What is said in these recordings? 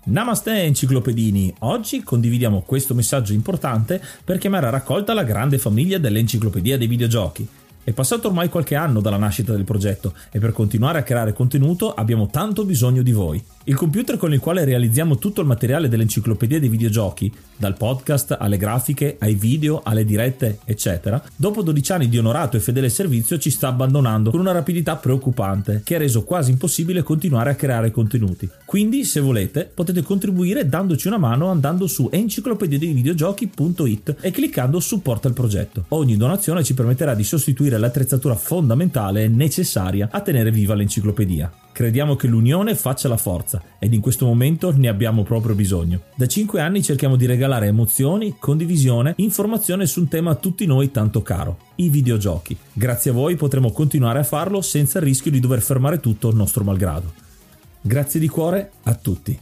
Namaste enciclopedini, oggi condividiamo questo messaggio importante per chiamare a raccolta la grande famiglia dell'Enciclopedia dei Videogiochi. È passato ormai qualche anno dalla nascita del progetto e per continuare a creare contenuto abbiamo tanto bisogno di voi. Il computer con il quale realizziamo tutto il materiale dell'Enciclopedia dei Videogiochi, dal podcast alle grafiche, ai video, alle dirette, eccetera, dopo 12 anni di onorato e fedele servizio ci sta abbandonando con una rapidità preoccupante che ha reso quasi impossibile continuare a creare contenuti. Quindi, se volete, potete contribuire dandoci una mano andando su enciclopediadeivideogiochi.it e cliccando supporta il progetto. Ogni donazione ci permetterà di sostituire l'attrezzatura fondamentale e necessaria a tenere viva l'enciclopedia. Crediamo che l'unione faccia la forza ed in questo momento ne abbiamo proprio bisogno. Da 5 anni cerchiamo di regalare emozioni, condivisione, informazione su un tema a tutti noi tanto caro, i videogiochi. Grazie a voi potremo continuare a farlo senza il rischio di dover fermare tutto nostro malgrado. Grazie di cuore a tutti.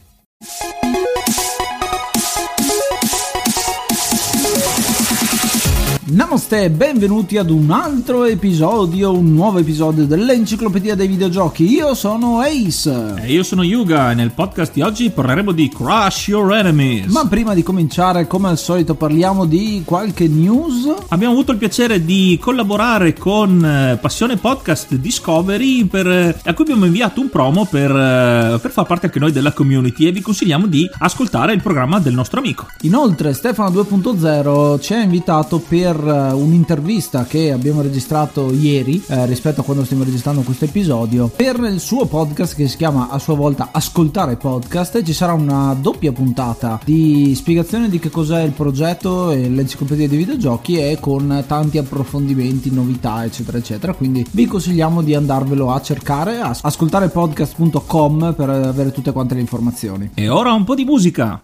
Namaste, benvenuti ad un altro episodio, un nuovo episodio dell'Enciclopedia dei Videogiochi. Io sono Ace. E io sono Yuga e nel podcast di oggi parleremo di Crush Your Enemies. Ma prima di cominciare, come al solito, parliamo di qualche news. Abbiamo avuto il piacere di collaborare con Passione Podcast Discovery a cui abbiamo inviato un promo per far parte anche noi della community e vi consigliamo di ascoltare il programma del nostro amico. Inoltre Stefano 2.0 ci ha invitato per un'intervista che abbiamo registrato ieri rispetto a quando stiamo registrando questo episodio per il suo podcast che si chiama a sua volta Ascoltare Podcast. Ci sarà una doppia puntata di spiegazione di che cos'è il progetto e l'enciclopedia dei videogiochi e con tanti approfondimenti, novità eccetera eccetera, quindi vi consigliamo di andarvelo a cercare a ascoltarepodcast.com per avere tutte quante le informazioni. E ora un po' di musica.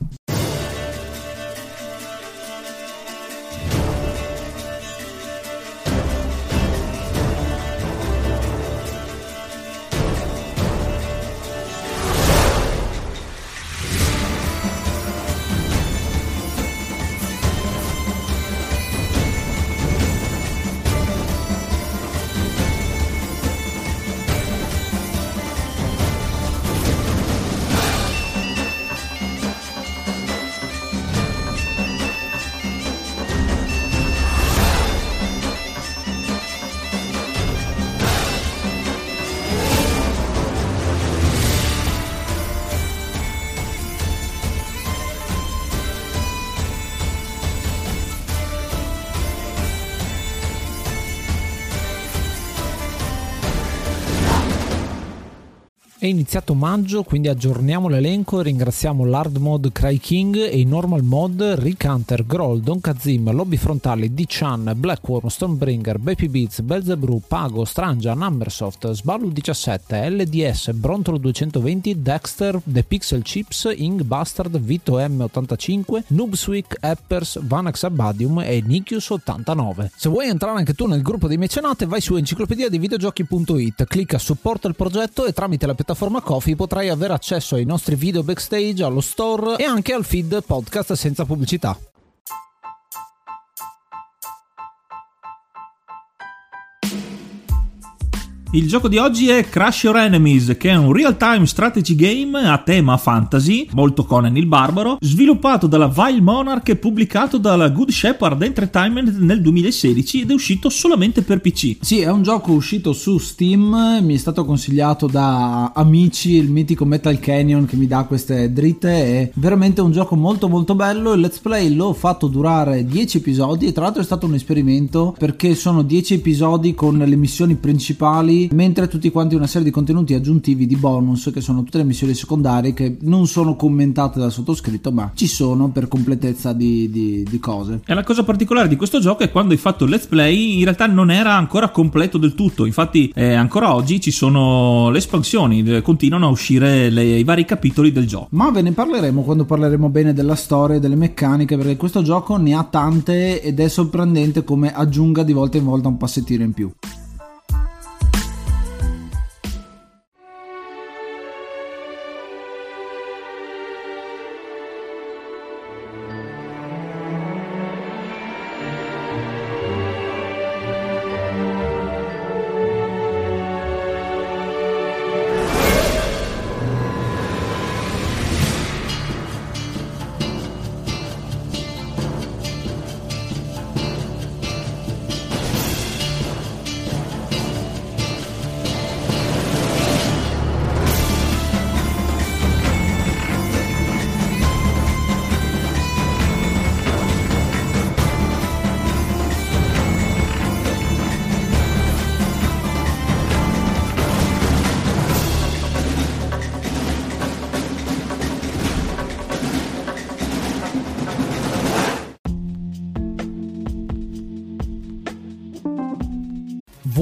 È iniziato maggio, quindi aggiorniamo l'elenco e ringraziamo l'Hard Mode Cry King e i Normal Mod Rick Hunter, Groll, Don Kazim, Lobby Frontali, D-Chan, Blackworm, Stonebringer, Baby Beats, Belzebrew, Pago, Strangia, Numbersoft, Sballu 17, LDS, Brontolo 220, Dexter, The Pixel Chips, Ing Bastard, Vito M85, Noobswick, Eppers, Vanax Abadium e Nikius 89. Se vuoi entrare anche tu nel gruppo dei mecenate, vai su enciclopediadeivideogiochi.it, clicca supporta il progetto e tramite la piattaforma Ko-fi potrai avere accesso ai nostri video backstage, allo store e anche al feed podcast senza pubblicità. Il gioco di oggi è Crush Your Enemies, che è un real-time strategy game a tema fantasy, molto Conan il Barbaro, sviluppato dalla Vile Monarch e pubblicato dalla Good Shepherd Entertainment nel 2016 ed è uscito solamente per PC. Sì, è un gioco uscito su Steam, mi è stato consigliato da amici, il mitico Metal Canyon che mi dà queste dritte, è veramente un gioco molto molto bello. Il let's play l'ho fatto durare 10 episodi e tra l'altro è stato un esperimento perché sono 10 episodi con le missioni principali, mentre tutti quanti una serie di contenuti aggiuntivi di bonus che sono tutte le missioni secondarie che non sono commentate dal sottoscritto ma ci sono per completezza di cose. E la cosa particolare di questo gioco è quando hai fatto il let's play in realtà non era ancora completo del tutto, infatti ancora oggi ci sono le espansioni, continuano a uscire i vari capitoli del gioco. Ma ve ne parleremo quando parleremo bene della storia e delle meccaniche, perché questo gioco ne ha tante ed è sorprendente come aggiunga di volta in volta un passettino in più.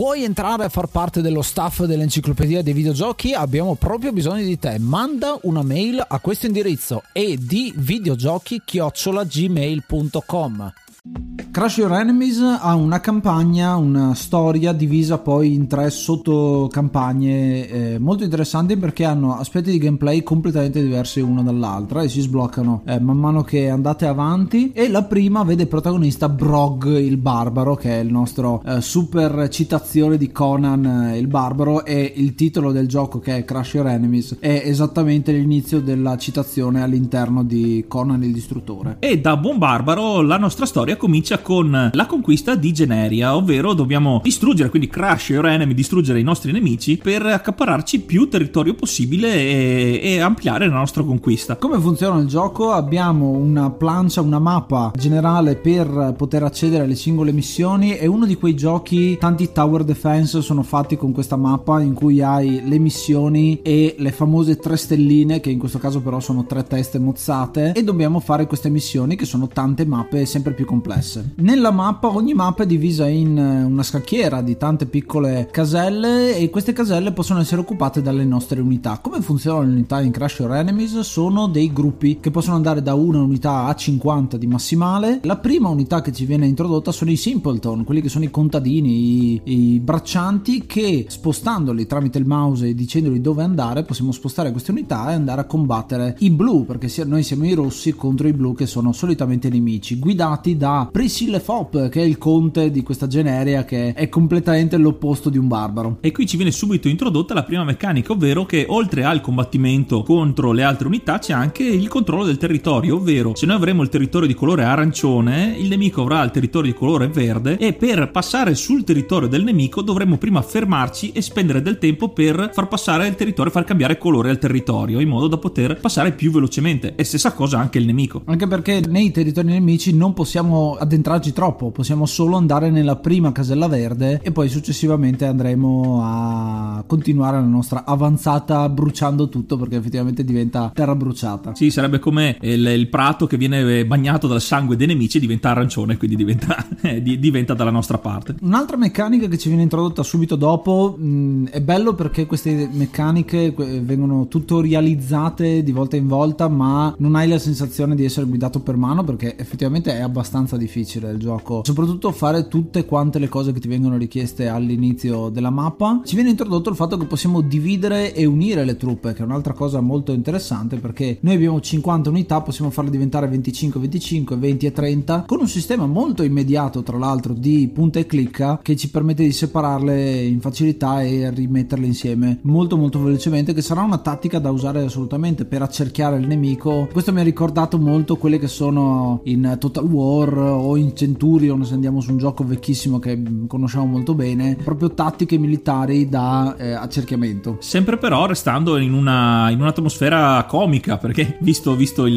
Vuoi entrare a far parte dello staff dell'Enciclopedia dei Videogiochi? Abbiamo proprio bisogno di te. Manda una mail a questo indirizzo edvideogiochi@gmail.com. Crush Your Enemies ha una campagna, una storia divisa poi in 3 sottocampagne molto interessanti, perché hanno aspetti di gameplay completamente diversi uno dall'altra e si sbloccano man mano che andate avanti. E la prima vede protagonista Brog il Barbaro, che è il nostro super citazione di Conan il Barbaro, e il titolo del gioco, che è Crush Your Enemies, è esattamente l'inizio della citazione all'interno di Conan il Distruttore. E da buon barbaro la nostra storia comincia con la conquista di Generia, ovvero dobbiamo distruggere, quindi crush your enemy, distruggere i nostri nemici per accaparrarci più territorio possibile e ampliare la nostra conquista. Come funziona il gioco? Abbiamo una plancia, una mappa generale per poter accedere alle singole missioni. È uno di quei giochi, tanti tower defense sono fatti con questa mappa, in cui hai le missioni e le famose 3 stelline, che in questo caso però sono 3 teste mozzate, e dobbiamo fare queste missioni, che sono tante mappe sempre più complesse. Nella mappa, ogni mappa è divisa in una scacchiera di tante piccole caselle, e queste caselle possono essere occupate dalle nostre unità. Come funzionano le unità in Crush Your Enemies? Sono dei gruppi che possono andare da una unità a 50 di massimale. La prima unità che ci viene introdotta sono i Simpleton, quelli che sono i contadini, i braccianti, che spostandoli tramite il mouse e dicendoli dove andare, possiamo spostare queste unità e andare a combattere i blu, perché noi siamo i rossi contro i blu, che sono solitamente nemici, guidati da Priscilla Fop, che è il conte di questa Generia, che è completamente l'opposto di un barbaro. E qui ci viene subito introdotta la prima meccanica, ovvero che oltre al combattimento contro le altre unità c'è anche il controllo del territorio, ovvero se noi avremo il territorio di colore arancione, il nemico avrà il territorio di colore verde, e per passare sul territorio del nemico dovremo prima fermarci e spendere del tempo per far passare il territorio, far cambiare colore al territorio, in modo da poter passare più velocemente. E stessa cosa anche il nemico, anche perché nei territori nemici non possiamo addentrarci troppo, possiamo solo andare nella prima casella verde e poi successivamente andremo a continuare la nostra avanzata bruciando tutto, perché effettivamente diventa terra bruciata. Sì, sarebbe come il prato che viene bagnato dal sangue dei nemici e diventa arancione, quindi diventa dalla nostra parte. Un'altra meccanica che ci viene introdotta subito dopo, è bello perché queste meccaniche vengono tutorializzate di volta in volta, ma non hai la sensazione di essere guidato per mano, perché effettivamente è abbastanza difficile il gioco, soprattutto fare tutte quante le cose che ti vengono richieste all'inizio della mappa. Ci viene introdotto il fatto che possiamo dividere e unire le truppe, che è un'altra cosa molto interessante, perché noi abbiamo 50 unità, possiamo farle diventare 25, 20 e 30, con un sistema molto immediato tra l'altro di punta e clicca, che ci permette di separarle in facilità e rimetterle insieme molto molto velocemente, che sarà una tattica da usare assolutamente per accerchiare il nemico. Questo mi ha ricordato molto quelle che sono in Total War o in Centurion, se andiamo su un gioco vecchissimo che conosciamo molto bene, proprio tattiche militari da accerchiamento, sempre però restando in un'atmosfera comica, perché visto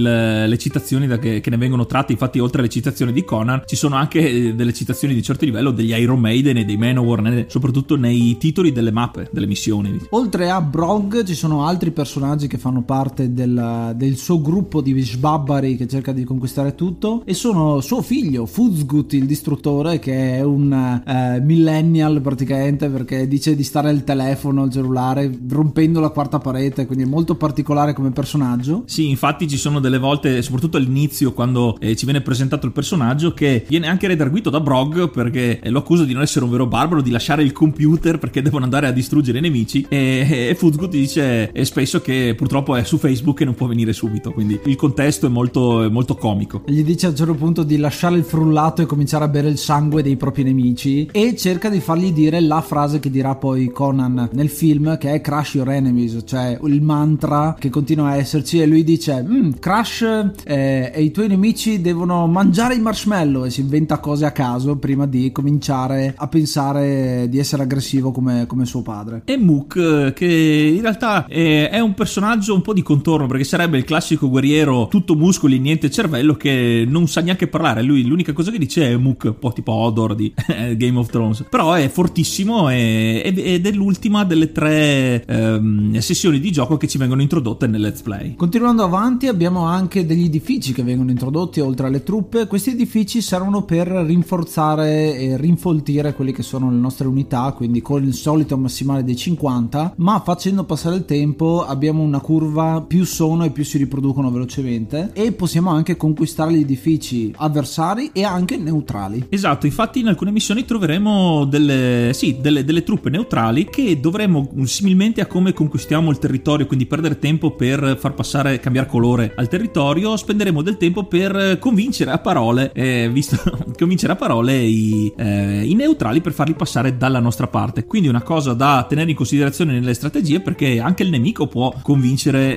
le citazioni che ne vengono tratte, infatti oltre alle citazioni di Conan ci sono anche delle citazioni di certo livello degli Iron Maiden e dei Manowar, soprattutto nei titoli delle mappe, delle missioni. Oltre a Brog ci sono altri personaggi che fanno parte del suo gruppo di sbabbari che cerca di conquistare tutto, e sono suo figlio Fuzgut il Distruttore, che è un millennial praticamente, perché dice di stare al telefono, al cellulare, rompendo la quarta parete, quindi è molto particolare come personaggio. Sì, infatti ci sono delle volte, soprattutto all'inizio, quando ci viene presentato il personaggio, che viene anche redarguito da Brog perché lo accusa di non essere un vero barbaro, di lasciare il computer perché devono andare a distruggere i nemici, e Fuzgut dice spesso che purtroppo è su Facebook e non può venire subito, quindi il contesto è molto, molto comico. Gli dice a un certo punto di lasciare il frullato e cominciare a bere il sangue dei propri nemici, e cerca di fargli dire la frase che dirà poi Conan nel film, che è Crush Your Enemies, cioè il mantra che continua a esserci, e lui dice Crush e i tuoi nemici devono mangiare i marshmallow, e si inventa cose a caso prima di cominciare a pensare di essere aggressivo come suo padre. E Mook, che in realtà è un personaggio un po' di contorno, perché sarebbe il classico guerriero tutto muscoli e niente cervello, che non sa neanche parlare. L'unica l'unica cosa che dice è Mook, un po' tipo Hodor di Game of Thrones, però è fortissimo ed è l'ultima delle 3 sessioni di gioco che ci vengono introdotte nel Let's Play. Continuando avanti abbiamo anche degli edifici che vengono introdotti oltre alle truppe. Questi edifici servono per rinforzare e rinfoltire quelli che sono le nostre unità, quindi con il solito massimale dei 50, ma facendo passare il tempo abbiamo una curva, più sono e più si riproducono velocemente, e possiamo anche conquistare gli edifici avversari e anche neutrali. Esatto, infatti in alcune missioni troveremo delle truppe neutrali che dovremo, similmente a come conquistiamo il territorio, quindi perdere tempo per far passare, cambiare colore al territorio, spenderemo del tempo per convincere a parole i neutrali per farli passare dalla nostra parte. Quindi una cosa da tenere in considerazione nelle strategie, perché anche il nemico può convincere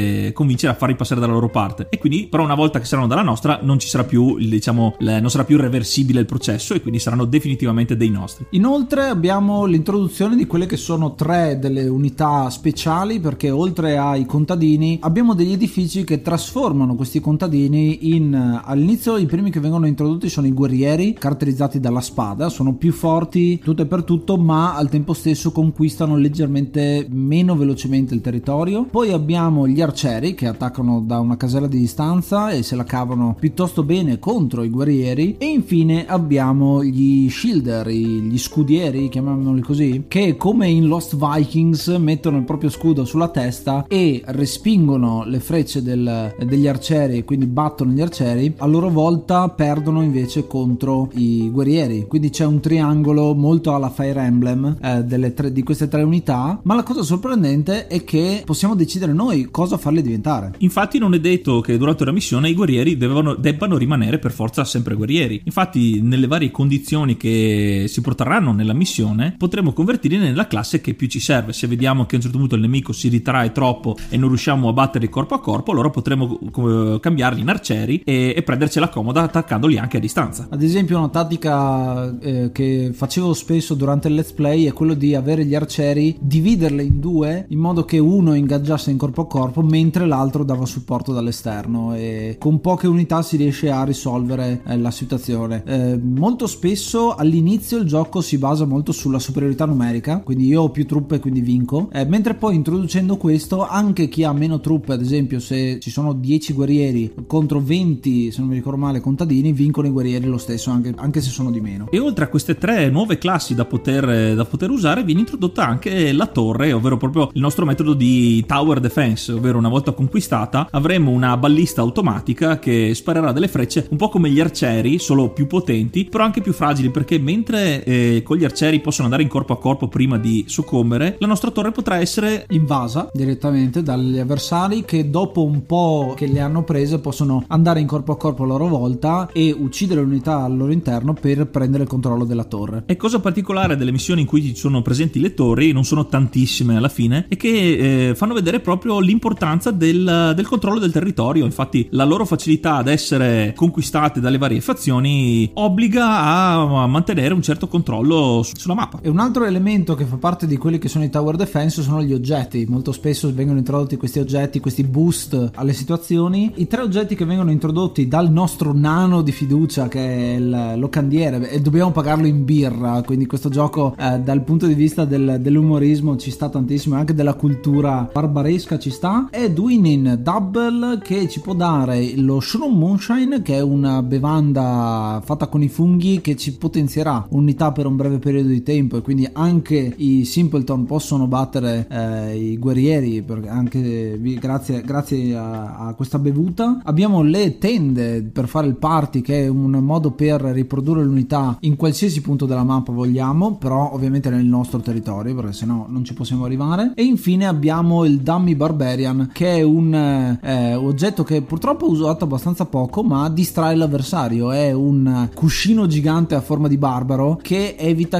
a farli passare dalla loro parte, e quindi però una volta che saranno dalla nostra non ci sarà più, non sarà più reversibile il processo, e quindi saranno definitivamente dei nostri. Inoltre abbiamo l'introduzione di quelle che sono 3 delle unità speciali, perché oltre ai contadini abbiamo degli edifici che trasformano questi contadini in, all'inizio i primi che vengono introdotti sono i guerrieri, caratterizzati dalla spada, sono più forti tutto e per tutto, ma al tempo stesso conquistano leggermente meno velocemente il territorio. Poi abbiamo gli arcieri che attaccano da una casella di distanza e se la cavano piuttosto bene contro i guerrieri, e infine abbiamo gli shielder, gli scudieri, chiamiamoli così, che come in Lost Vikings mettono il proprio scudo sulla testa e respingono le frecce degli arcieri, quindi battono gli arcieri, a loro volta perdono invece contro i guerrieri. Quindi c'è un triangolo molto alla Fire Emblem di queste 3 unità, ma la cosa sorprendente è che possiamo decidere noi cosa farle diventare. Infatti non è detto che durante una missione i guerrieri debbano rimanere per forza sempre guerrieri. Infatti nelle varie condizioni che si protrarranno nella missione potremo convertirli nella classe che più ci serve. Se vediamo che a un certo punto il nemico si ritrae troppo e non riusciamo a batterli corpo a corpo, allora potremo cambiarli in arcieri e prendercela comoda attaccandoli anche a distanza. Ad esempio una tattica che facevo spesso durante il Let's Play è quello di avere gli arcieri, dividerle in 2 in modo che uno ingaggiasse in corpo a corpo mentre l'altro dava supporto dall'esterno, e con poche unità si riesce a risolvere la situazione. Molto spesso all'inizio il gioco si basa molto sulla superiorità numerica, quindi io ho più truppe quindi vinco, mentre poi introducendo questo anche chi ha meno truppe, ad esempio se ci sono 10 guerrieri contro 20, se non mi ricordo male, contadini, vincono i guerrieri lo stesso anche se sono di meno. E oltre a queste 3 nuove classi da poter usare, viene introdotta anche la torre, ovvero proprio il nostro metodo di tower defense, ovvero una volta conquistata avremo una ballista automatica che sparerà delle frecce un po' come gli arcieri, solo più potenti però anche più fragili, perché mentre con gli arcieri possono andare in corpo a corpo prima di soccombere, la nostra torre potrà essere invasa direttamente dagli avversari, che dopo un po' che le hanno prese possono andare in corpo a corpo a loro volta e uccidere l'unità al loro interno per prendere il controllo della torre. E cosa particolare delle missioni in cui ci sono presenti le torri, non sono tantissime alla fine, è che fanno vedere proprio l'importanza del controllo del territorio. Infatti la loro facilità ad essere conquistate dalle varie fazioni obbliga a mantenere un certo controllo sulla mappa. E un altro elemento che fa parte di quelli che sono i tower defense sono gli oggetti. Molto spesso vengono introdotti questi oggetti, questi boost alle situazioni. I 3 oggetti che vengono introdotti dal nostro nano di fiducia, che è il locandiere, e dobbiamo pagarlo in birra, quindi questo gioco dal punto di vista dell'umorismo ci sta tantissimo, anche della cultura barbaresca ci sta. È Dwinin Double, che ci può dare lo Shroom Moonshine, che è una bevanda fatta con i funghi che ci potenzierà unità per un breve periodo di tempo, e quindi anche i Simpleton possono battere i guerrieri anche grazie a questa bevuta. Abbiamo le tende per fare il party, che è un modo per riprodurre l'unità in qualsiasi punto della mappa vogliamo, però ovviamente nel nostro territorio, perché sennò non ci possiamo arrivare. E infine abbiamo il Dummy Barbarian, che è un oggetto che purtroppo ho usato abbastanza poco, ma distrae l'avversario. È un cuscino gigante a forma di barbaro che evita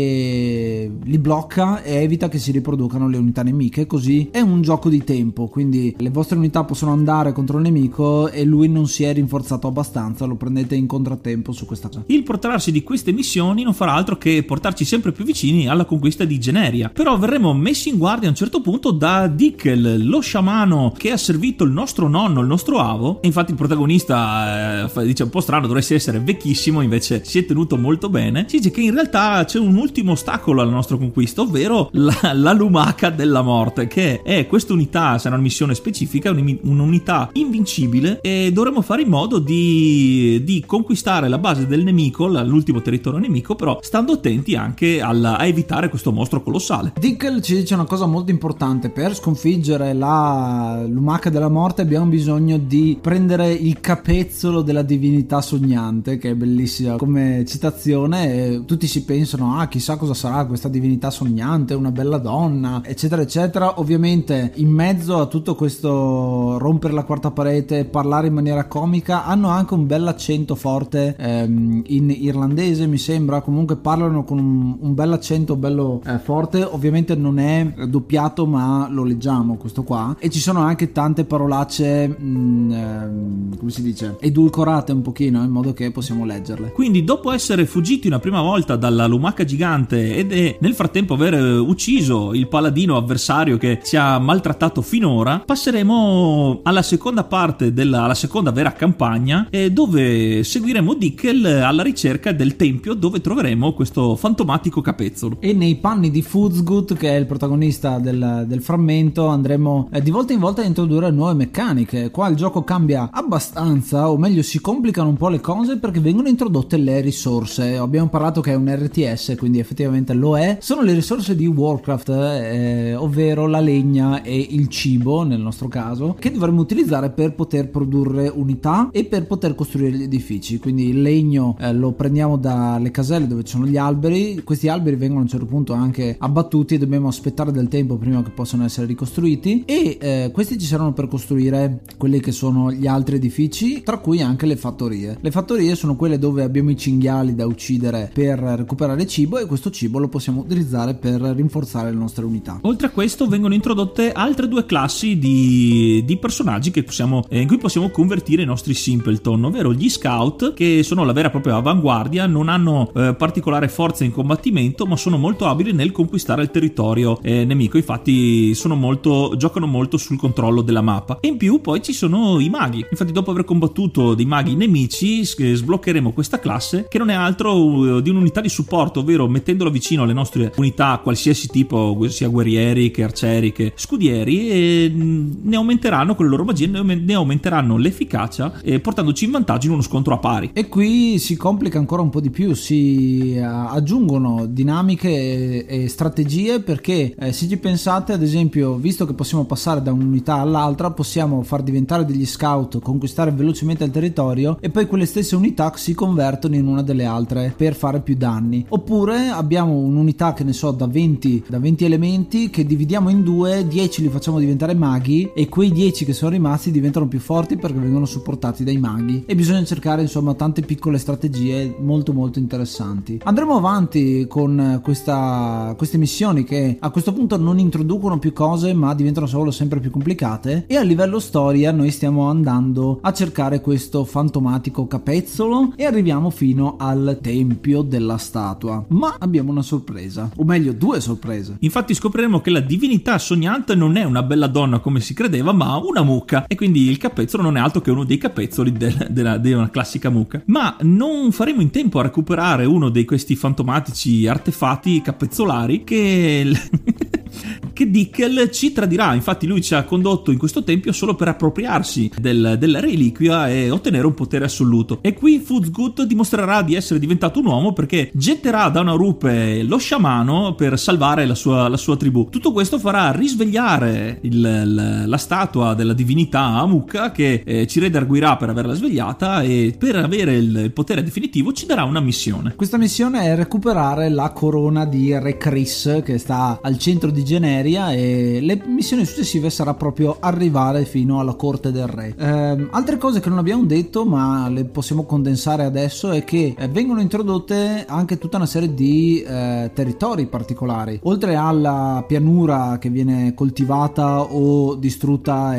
che li blocca e evita che si riproducano le unità nemiche, così è un gioco di tempo, quindi le vostre unità possono andare contro il nemico e lui non si è rinforzato abbastanza, lo prendete in contrattempo su questa cosa. Il protrarsi di queste missioni non farà altro che portarci sempre più vicini alla conquista di Generia, però verremo messi in guardia a un certo punto da Dickel, lo sciamano che ha servito il nostro nonno, il nostro avo. E infatti il protagonista dice un po' po' strano, dovresti essere vecchissimo, invece si è tenuto molto bene. Si dice che in realtà c'è un ultimo ostacolo alla nostra conquista, ovvero la lumaca della morte, che è questa unità, sarà una missione specifica, un'unità invincibile, e dovremo fare in modo di conquistare la base del nemico, l'ultimo territorio nemico, però stando attenti anche a evitare questo mostro colossale. Dickel ci dice una cosa molto importante: per sconfiggere la lumaca della morte abbiamo bisogno di prendere il capezzolo della divinità sognante, che è bellissima come citazione, e tutti si pensano chissà cosa sarà questa divinità sognante, una bella donna, eccetera eccetera. Ovviamente in mezzo a tutto questo rompere la quarta parete, parlare in maniera comica, hanno anche un bel accento forte in irlandese, mi sembra. Comunque parlano con un bel accento bello forte. Ovviamente non è doppiato, ma lo leggiamo questo qua, e ci sono anche tante parolacce come si dice, edulcorate un pochino, in modo che possiamo leggerle. Quindi, dopo essere fuggiti una prima volta dalla lumaca gigante ed nel frattempo aver ucciso il paladino avversario che ci ha maltrattato finora, passeremo alla seconda parte alla seconda vera campagna, dove seguiremo Dickel alla ricerca del tempio dove troveremo questo fantomatico capezzolo. E nei panni di Fuzgut, che è il protagonista del frammento, andremo di volta in volta a introdurre nuove meccaniche. Qua il gioco cambia abbastanza, o meglio si complicano un po' le cose, perché vengono introdotte le risorse. Abbiamo parlato che è un RTS, quindi effettivamente lo è. Sono le risorse di Warcraft, ovvero la legna e il cibo, nel nostro caso, che dovremmo utilizzare per poter produrre unità e per poter costruire gli edifici. Quindi il legno lo prendiamo dalle caselle dove ci sono gli alberi. Questi alberi vengono a un certo punto anche abbattuti e dobbiamo aspettare del tempo prima che possano essere ricostruiti, e questi ci servono per costruire quelli che sono gli altri edifici, tra cui anche le fattorie. Le fattorie sono quelle dove abbiamo i cinghiali da uccidere per recuperare cibo, e questo cibo lo possiamo utilizzare per rinforzare le nostre unità. Oltre a questo vengono introdotte altre due classi di personaggi in cui possiamo convertire i nostri simpleton, ovvero gli scout, che sono la vera e propria avanguardia, non hanno particolare forza in combattimento, ma sono molto abili nel conquistare il territorio nemico. Infatti giocano molto sul controllo della mappa. E in più poi ci sono i maghi. Infatti, dopo aver combattuto dei maghi nemici, sbloccheremo questa classe, che non è altro di un'unità di supporto, ovvero mettendolo vicino alle nostre unità qualsiasi tipo, sia guerrieri che arcieri che scudieri, e ne aumenteranno con le loro magie, ne aumenteranno l'efficacia, portandoci in vantaggio in uno scontro a pari. E qui si complica ancora un po' di più, si aggiungono dinamiche e strategie, perché se ci pensate, ad esempio, visto che possiamo passare da un'unità all'altra, possiamo far diventare degli scout, conquistare velocemente il territorio, e poi quelle stesse unità si convertono in una delle altre per fare più danni. Oppure abbiamo un'unità, che ne so, da 20 elementi, che dividiamo in due, 10 li facciamo diventare maghi, e quei 10 che sono rimasti diventano più forti perché vengono supportati dai maghi, e bisogna cercare insomma tante piccole strategie molto molto interessanti. Andremo avanti con queste missioni, che a questo punto non introducono più cose ma diventano solo sempre più complicate, e a livello storia noi stiamo andando a cercare questo fantomatico capezzolo e arriviamo fino al tempio della statua. Ma abbiamo una sorpresa, o meglio due sorprese. Infatti scopriremo che la divinità sognante non è una bella donna come si credeva, ma una mucca, e quindi il capezzolo non è altro che uno dei capezzoli di una classica mucca. Ma non faremo in tempo a recuperare uno di questi fantomatici artefatti capezzolari che Dickel ci tradirà. Infatti lui ci ha condotto in questo tempio solo per appropriarsi della reliquia e ottenere un potere assoluto, e qui Fuzgut dimostrerà di essere diventato un uomo, perché getterà da una rupe lo sciamano per salvare la sua tribù. Tutto questo farà risvegliare la statua della divinità Amukka, che ci redarguirà per averla svegliata, e per avere il potere definitivo ci darà una missione. Questa missione è recuperare la corona di Re Chris, che sta al centro di Generia, e le missioni successive sarà proprio arrivare fino alla corte del re. Altre cose che non abbiamo detto ma le possiamo condensare adesso è che vengono introdotte anche tutta una serie di territori particolari. Oltre alla pianura che viene coltivata o distrutta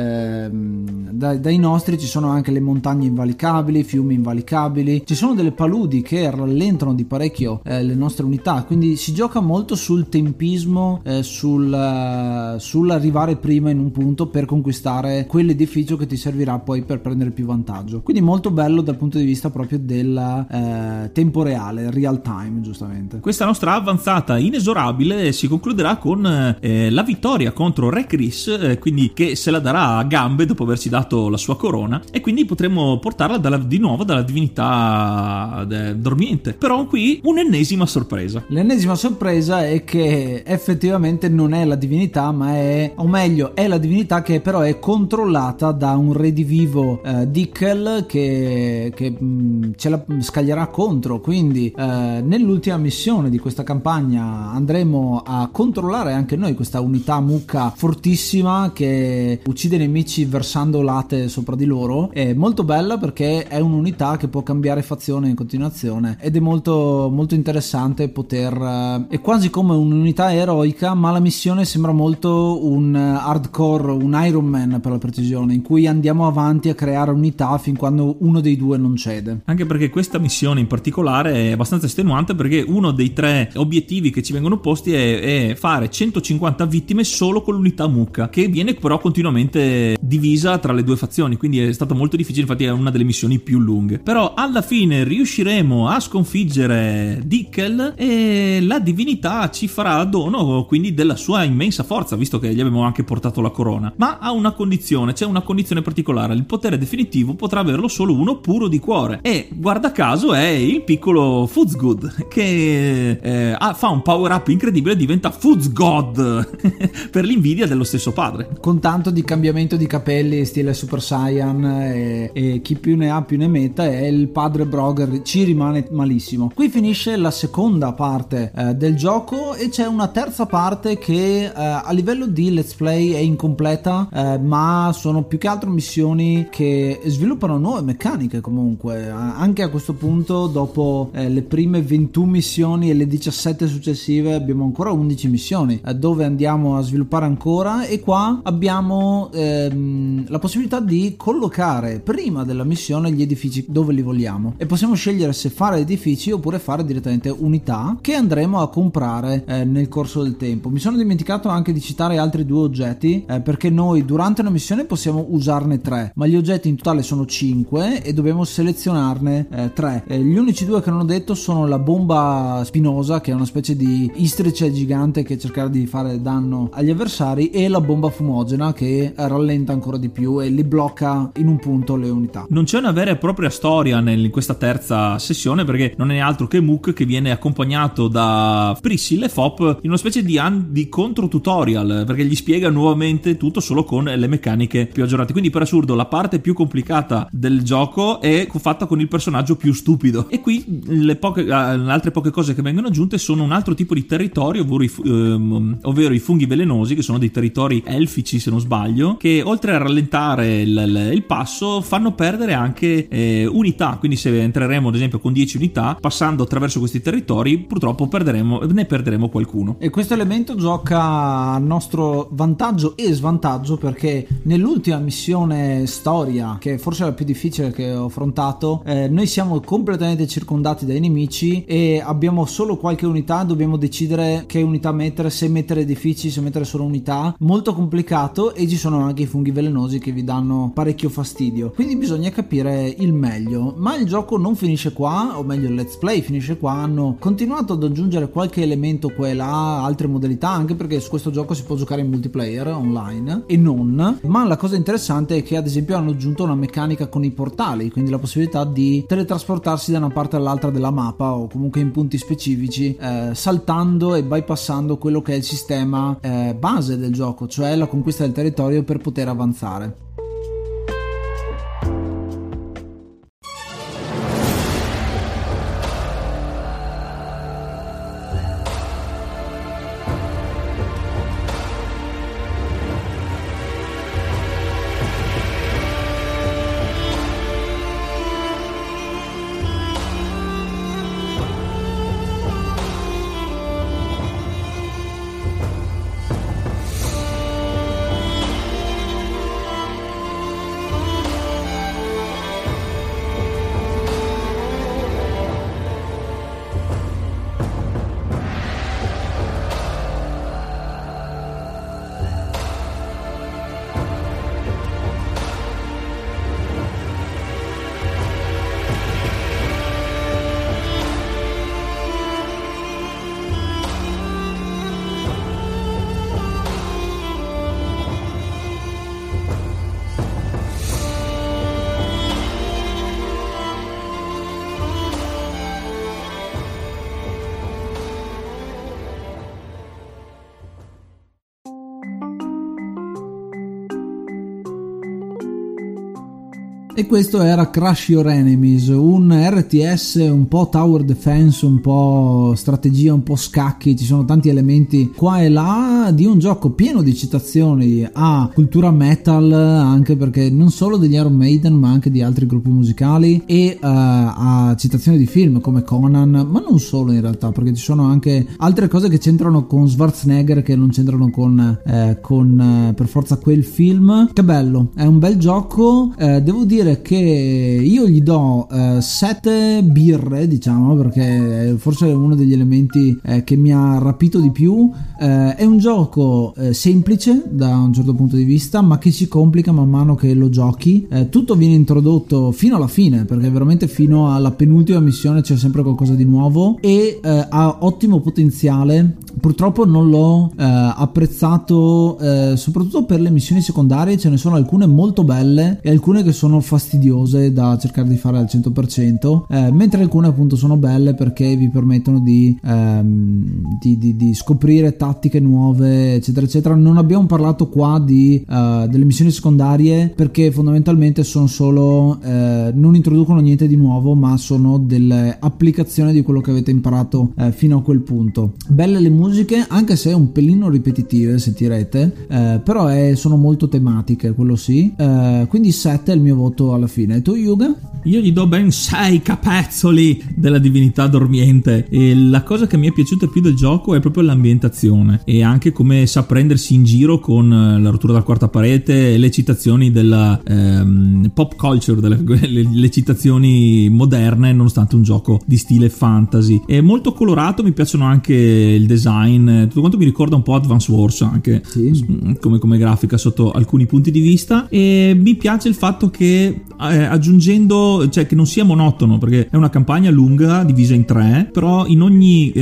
dai nostri, ci sono anche le montagne invalicabili, fiumi invalicabili, ci sono delle paludi che rallentano di parecchio le nostre unità, quindi si gioca molto sul tempismo, sul sull'arrivare prima in un punto per conquistare quell'edificio che ti servirà poi per prendere più vantaggio. Quindi molto bello dal punto di vista proprio del tempo reale, real time, giustamente. Questa nostra avanzata inesorabile si concluderà con la vittoria contro Re Chris, quindi che se la darà a gambe dopo averci dato la sua corona, e quindi potremo portarla di nuovo dalla divinità dormiente. Però qui un'ennesima sorpresa. L'ennesima sorpresa è che effettivamente non è la divinità, ma è la divinità che però è controllata da un redivivo Dickel che ce la scaglierà contro. Quindi nell'ultima missione di questa campagna andremo a controllare anche noi questa unità mucca fortissima che uccide i nemici versando late sopra di loro. È molto bella perché è un'unità che può cambiare fazione in continuazione ed è molto molto interessante poter è quasi come un'unità eroica, ma la missione sembra molto un hardcore, un Iron Man per la precisione, in cui andiamo avanti a creare unità fin quando uno dei due non cede. Anche perché questa missione in particolare è abbastanza estenuante, perché uno dei 3 obiettivi che ci vengono posti è fare 150 vittime solo con l'unità mucca, che viene però continuamente divisa tra le 2 fazioni, quindi è stato molto difficile, infatti è una delle missioni più lunghe. Però alla fine riusciremo a sconfiggere Dickel e la divinità ci farà dono quindi della sua immensa forza, visto che gli abbiamo anche portato la corona, ma ha una condizione, c'è una condizione particolare: il potere definitivo potrà averlo solo uno puro di cuore, e guarda caso è il piccolo Foodsgood, che fa un power up incredibile, diventa Foodsgod per l'invidia dello stesso padre, con tanto di cambiamento di capelli stile Super Saiyan, e chi più ne ha più ne metta, e il padre Broger ci rimane malissimo. Qui finisce la seconda parte del gioco e c'è una terza parte che a livello di let's play è incompleta, ma sono più che altro missioni che sviluppano nuove meccaniche. Comunque anche a questo punto, dopo le prime 21 missioni e le 17 successive, abbiamo ancora 11 missioni dove andiamo a sviluppare ancora, e qua abbiamo la possibilità di collocare prima della missione gli edifici dove li vogliamo, e possiamo scegliere se fare edifici oppure fare direttamente unità che andremo a comprare nel corso del tempo. Mi sono dimenticato anche di citare altri 2 oggetti, perché noi durante una missione possiamo usarne 3, ma gli oggetti in totale sono 5 e dobbiamo selezionarne 3. Gli unici 2 che non ho detto sono la bomba spinosa, che è una specie di istrice gigante che cercherà di fare danno agli avversari, e la bomba fumogena che rallenta ancora di più e li blocca in un punto le unità. Non c'è una vera e propria storia in questa terza sessione, perché non è altro che Mook che viene accompagnato da Priscilla e Fop in una specie di contro tutorial, perché gli spiega nuovamente tutto solo con le meccaniche più aggiornate. Quindi per assurdo la parte più complicata del gioco è fatta con il personaggio più stupido, e qui le altre poche cose che vengono aggiunte sono un altro tipo di territorio, ovvero i funghi velenosi, che sono dei territori elfici se non sbaglio, che oltre a rallentare il passo fanno perdere anche unità. Quindi se entreremo ad esempio con 10 unità passando attraverso questi territori, purtroppo ne perderemo qualcuno, e questo elemento gioca a nostro vantaggio e svantaggio, perché nell'ultima missione storia, che forse è la più difficile che ho affrontato, noi siamo completamente circondati dai nemici e abbiamo solo qualche unità, dobbiamo decidere che unità mettere, se mettere edifici, se mettere solo unità, molto complicato, e ci sono anche i funghi velenosi che vi danno parecchio fastidio, quindi bisogna capire il meglio. Ma il gioco non finisce qua, o meglio il let's play finisce qua. Hanno continuato ad aggiungere qualche elemento qua e là, altre modalità, anche perché su questo gioco si può giocare in multiplayer online e non, ma la cosa interessante è che ad esempio hanno aggiunto una meccanica con i portali, quindi la possibilità di teletrasportarsi da una parte all'altra della mappa o comunque in punti specifici, saltando e bypassando quello che è il sistema base del gioco, cioè la conquista del territorio per poter avanzare. E questo era Crush Your Enemies, un RTS un po' tower defense, un po' strategia, un po' scacchi, ci sono tanti elementi qua e là di un gioco pieno di citazioni a cultura metal, anche perché non solo degli Iron Maiden ma anche di altri gruppi musicali, e a citazioni di film come Conan, ma non solo in realtà, perché ci sono anche altre cose che c'entrano con Schwarzenegger che non c'entrano con per forza quel film. Che bello, è un bel gioco, devo dire che io gli do 7 birre, diciamo, perché forse è uno degli elementi che mi ha rapito di più. È un gioco semplice da un certo punto di vista, ma che si complica man mano che lo giochi. Tutto viene introdotto fino alla fine, perché veramente fino alla penultima missione c'è sempre qualcosa di nuovo e ha ottimo potenziale. Purtroppo non l'ho apprezzato, soprattutto per le missioni secondarie. Ce ne sono alcune molto belle e alcune che sono fastidiose da cercare di fare al 100%, mentre alcune appunto sono belle perché vi permettono di scoprire tattiche nuove, eccetera eccetera. Non abbiamo parlato qua delle missioni secondarie, perché fondamentalmente sono solo non introducono niente di nuovo, ma sono delle applicazioni di quello che avete imparato fino a quel punto. Belle le musiche, anche se un pelino ripetitive, sentirete, però sono molto tematiche, quello sì. Quindi 7 è il mio voto alla fine. E tu, Yuga? Io gli do ben 6 capezzoli della divinità dormiente, e la cosa che mi è piaciuta più del gioco è proprio l'ambientazione e anche come sa prendersi in giro con la rottura della quarta parete e le citazioni della pop culture, le citazioni moderne, nonostante un gioco di stile fantasy. È molto colorato, mi piacciono anche il design, tutto quanto mi ricorda un po' Advance Wars anche, sì, come grafica sotto alcuni punti di vista. E mi piace il fatto che aggiungendo, cioè che non sia monotono, perché è una campagna lunga divisa in 3, però in ogni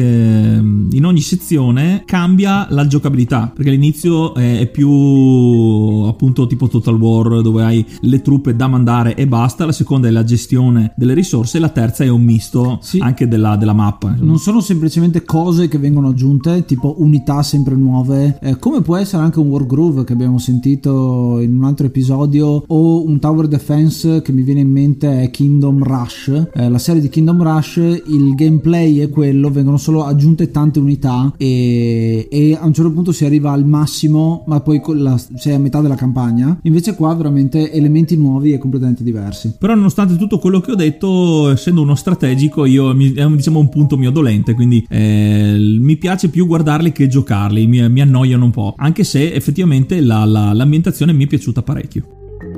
sezione cambia la giocabilità, perché all'inizio è più appunto tipo Total War, dove hai le truppe da mandare e basta. La seconda è la gestione delle risorse, la terza è un misto, sì, anche della mappa. Non sono semplicemente cose che vengono aggiunte, tipo unità sempre nuove, come può essere anche un Wargroove che abbiamo sentito in un altro episodio, o un Tower Defense che mi viene in mente è Kingdom Rush. La serie di Kingdom Rush, il gameplay è quello, vengono solo aggiunte tante unità e a un certo punto si arriva al massimo, ma poi sei a metà della campagna. Invece qua veramente elementi nuovi e completamente diversi. Però nonostante tutto quello che ho detto, essendo uno strategico, è diciamo un punto mio dolente, quindi mi piace più guardarli che giocarli, mi annoiano un po', anche se effettivamente l'ambientazione mi è piaciuta parecchio.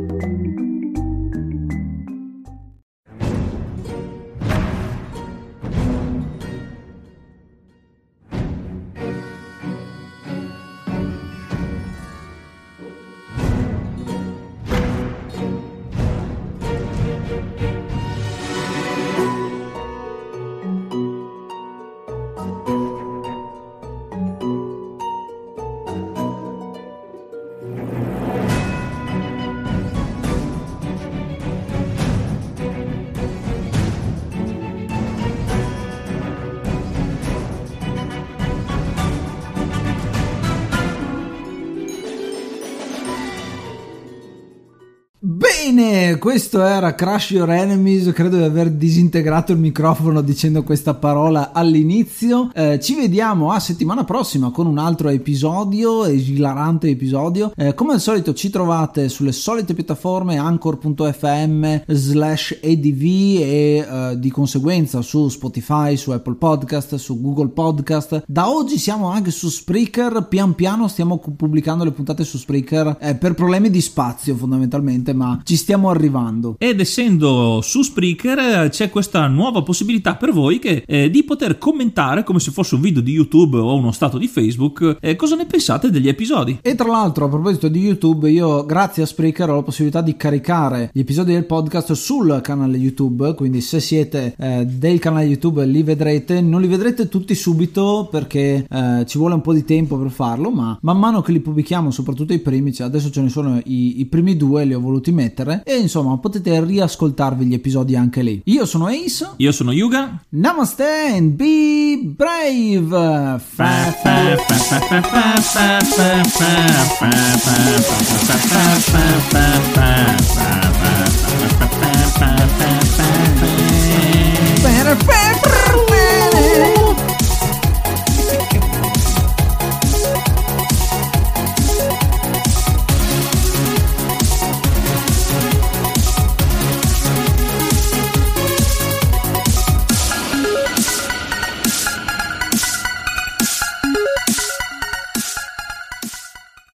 Bene, questo era Crush Your Enemies. Credo di aver disintegrato il microfono dicendo questa parola all'inizio. Ci vediamo a settimana prossima con un altro episodio, esilarante episodio. Come al solito ci trovate sulle solite piattaforme, anchor.fm/edv e di conseguenza su Spotify, su Apple Podcast, su Google Podcast. Da oggi siamo anche su Spreaker, pian piano stiamo pubblicando le puntate su Spreaker per problemi di spazio fondamentalmente, ma ci stiamo arrivando. Ed essendo su Spreaker c'è questa nuova possibilità per voi di poter commentare come se fosse un video di YouTube o uno stato di Facebook cosa ne pensate degli episodi. E tra l'altro, a proposito di YouTube, io grazie a Spreaker ho la possibilità di caricare gli episodi del podcast sul canale YouTube, quindi se siete del canale YouTube li vedrete. Non li vedrete tutti subito perché ci vuole un po' di tempo per farlo, ma man mano che li pubblichiamo, soprattutto i primi, cioè adesso ce ne sono i primi 2, li ho voluti mettere, e insomma potete riascoltarvi gli episodi anche lì. Io sono Ace, io sono Yuga. Namaste and be brave.